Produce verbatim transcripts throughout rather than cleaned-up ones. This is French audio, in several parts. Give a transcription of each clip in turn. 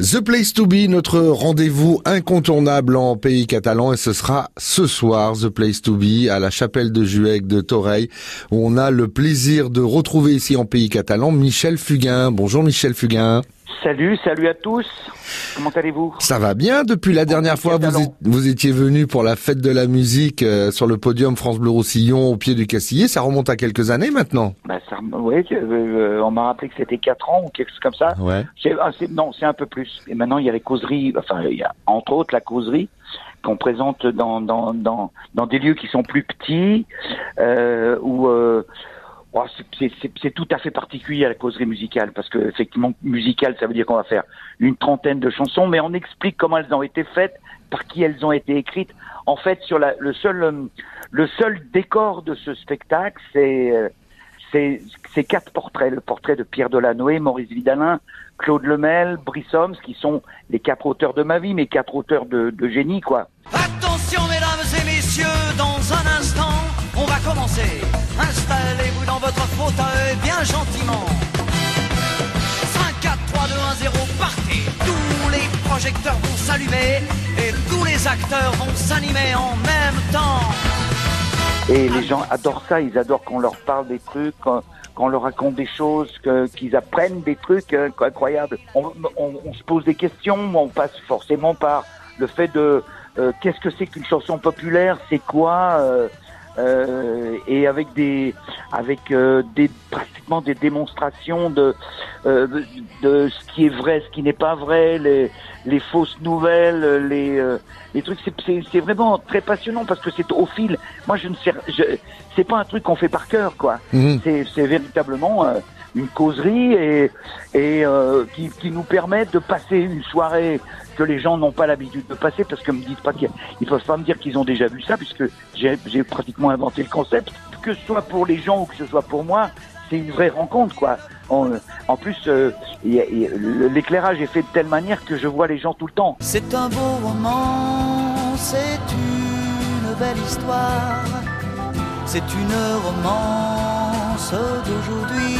The Place to Be, notre rendez-vous incontournable en pays catalan, et ce sera ce soir, The Place to Be, à la chapelle de Juhegg de Toreil, où on a le plaisir de retrouver ici en pays catalan Michel Fugain. Bonjour Michel Fugain. Salut, salut à tous. Comment allez-vous? Ça va bien. Depuis la dernière fois, vous, é- vous étiez venu pour la fête de la musique euh, sur le podium France Bleu Roussillon au pied du Castillet. Ça remonte à quelques années maintenant. Bah ça, ouais, euh, on m'a rappelé que c'était quatre ans ou quelque chose comme ça. Ouais. C'est, ah, c'est, non, c'est un peu plus. Et maintenant, il y a les causeries. Enfin, il y a entre autres la causerie qu'on présente dans dans dans dans des lieux qui sont plus petits, euh, où euh, Oh, c'est, c'est, c'est tout à fait particulier à la causerie musicale, parce que effectivement, musicale, ça veut dire qu'on va faire une trentaine de chansons, mais on explique comment elles ont été faites, par qui elles ont été écrites. En fait, sur la, le seul, le seul décor de ce spectacle, c'est, c'est, c'est quatre portraits. Le portrait de Pierre Delanoë, Maurice Vidalin, Claude Lemel, Brice Homs, qui sont les quatre auteurs de ma vie, mais quatre auteurs de, de génie, quoi. Attention, mesdames et messieurs, dans un instant, on va commencer. Installez-vous dans votre fauteuil bien gentiment. cinq, quatre, trois, deux, un, zéro, partez. Tous les projecteurs vont s'allumer et tous les acteurs vont s'animer en même temps. Et les gens adorent ça, ils adorent qu'on leur parle des trucs, qu'on, qu'on leur raconte des choses, que, qu'ils apprennent des trucs euh, incroyables. On, on, on se pose des questions, on passe forcément par le fait de euh, qu'est-ce que c'est qu'une chanson populaire, c'est quoi euh, Euh, et avec des avec euh, des pratiquement des démonstrations de, euh, de de ce qui est vrai, ce qui n'est pas vrai, les les fausses nouvelles, les euh, les trucs. C'est, c'est c'est vraiment très passionnant parce que c'est au fil. Moi, je ne sais, je, c'est pas un truc qu'on fait par cœur, quoi. Mmh. C'est c'est véritablement euh, une causerie et et euh, qui qui nous permet de passer une soirée que les gens n'ont pas l'habitude de passer, parce que me dites pas qu'ils ils peuvent pas me dire qu'ils ont déjà vu ça, puisque j'ai, j'ai pratiquement inventé le concept. Que ce soit pour les gens ou que ce soit pour moi, c'est une vraie rencontre, quoi. En, en plus, euh, y a, y a, l'éclairage est fait de telle manière que je vois les gens tout le temps. C'est un beau roman, c'est une belle histoire, c'est une romance d'aujourd'hui.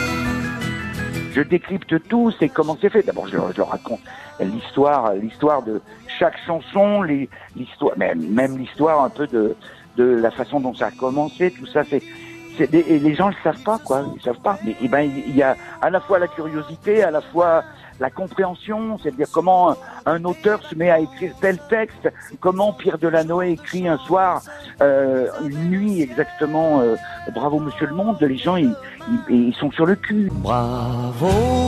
Je décrypte tout, c'est comment c'est fait. D'abord, je leur, je leur raconte l'histoire, l'histoire de chaque chanson, les, l'histoire, même, même l'histoire un peu de, de la façon dont ça a commencé, tout ça, c'est, c'est des, et les gens le savent pas, quoi, ils savent pas. Mais, et ben, il y a à la fois la curiosité, à la fois la compréhension, c'est-à-dire comment un auteur se met à écrire tel texte, comment Pierre Delanoë écrit un soir, euh, une nuit exactement, euh, bravo Monsieur le Monde, les gens ils, ils, ils sont sur le cul. Bravo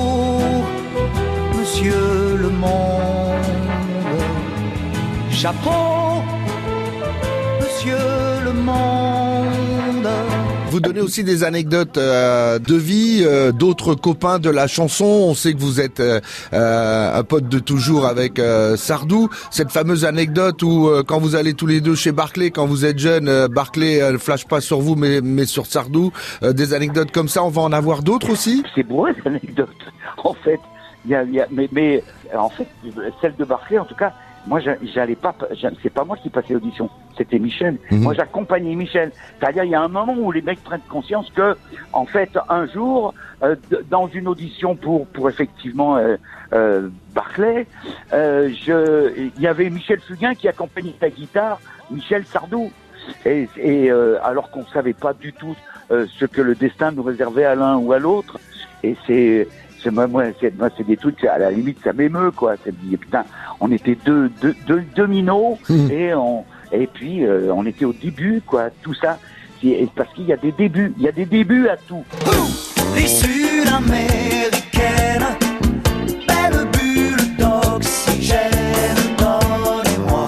Monsieur le Monde, chapeau Monsieur le Monde. Vous donnez aussi des anecdotes euh, de vie, euh, d'autres copains de la chanson. On sait que vous êtes euh, euh, un pote de toujours avec euh, Sardou. Cette fameuse anecdote où euh, quand vous allez tous les deux chez Barclay, quand vous êtes jeune, euh, Barclay ne euh, flash pas sur vous mais, mais sur Sardou. Euh, des anecdotes comme ça, on va en avoir d'autres aussi? C'est beau, les anecdotes. En fait, il y a, y a, mais, mais en fait, celle de Barclay, en tout cas, moi, j'allais pas, c'est pas moi qui passais l'audition, c'était Michel. Mmh. Moi, j'accompagnais Michel. C'est-à-dire, il y a un moment où les mecs prennent conscience que, en fait, un jour, euh, dans une audition pour, pour effectivement euh, euh, Barclay, euh, je, il y avait Michel Fugain qui accompagnait sa guitare, Michel Sardou. Et, et euh, alors qu'on savait pas du tout euh, ce que le destin nous réservait à l'un ou à l'autre. Et c'est C'est moi, moi, c'est, moi, c'est des trucs, à la limite, ça m'émeut, quoi. C'est dit, putain, on était deux, deux, deux, deux minots, mmh. et on, et puis, euh, on était au début, quoi. Tout ça, c'est, parce qu'il y a des débuts, il y a des débuts à tout. Les Sud-Américaines, belle bulle d'oxygène, donnez-moi.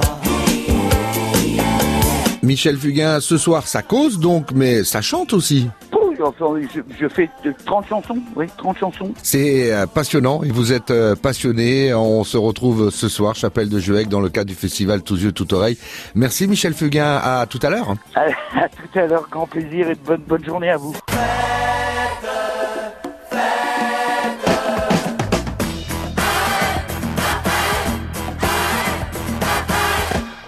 Michel Fugain, ce soir, ça cause donc, mais ça chante aussi. Enfin, je, je fais trente chansons, oui, trente chansons. C'est euh, passionnant, et vous êtes euh, passionné. On se retrouve ce soir, chapelle de Juhegg, dans le cadre du festival Tous yeux, toute oreille. Merci Michel Fugain, à tout à l'heure. À, à tout à l'heure, grand plaisir et bonne, bonne journée à vous.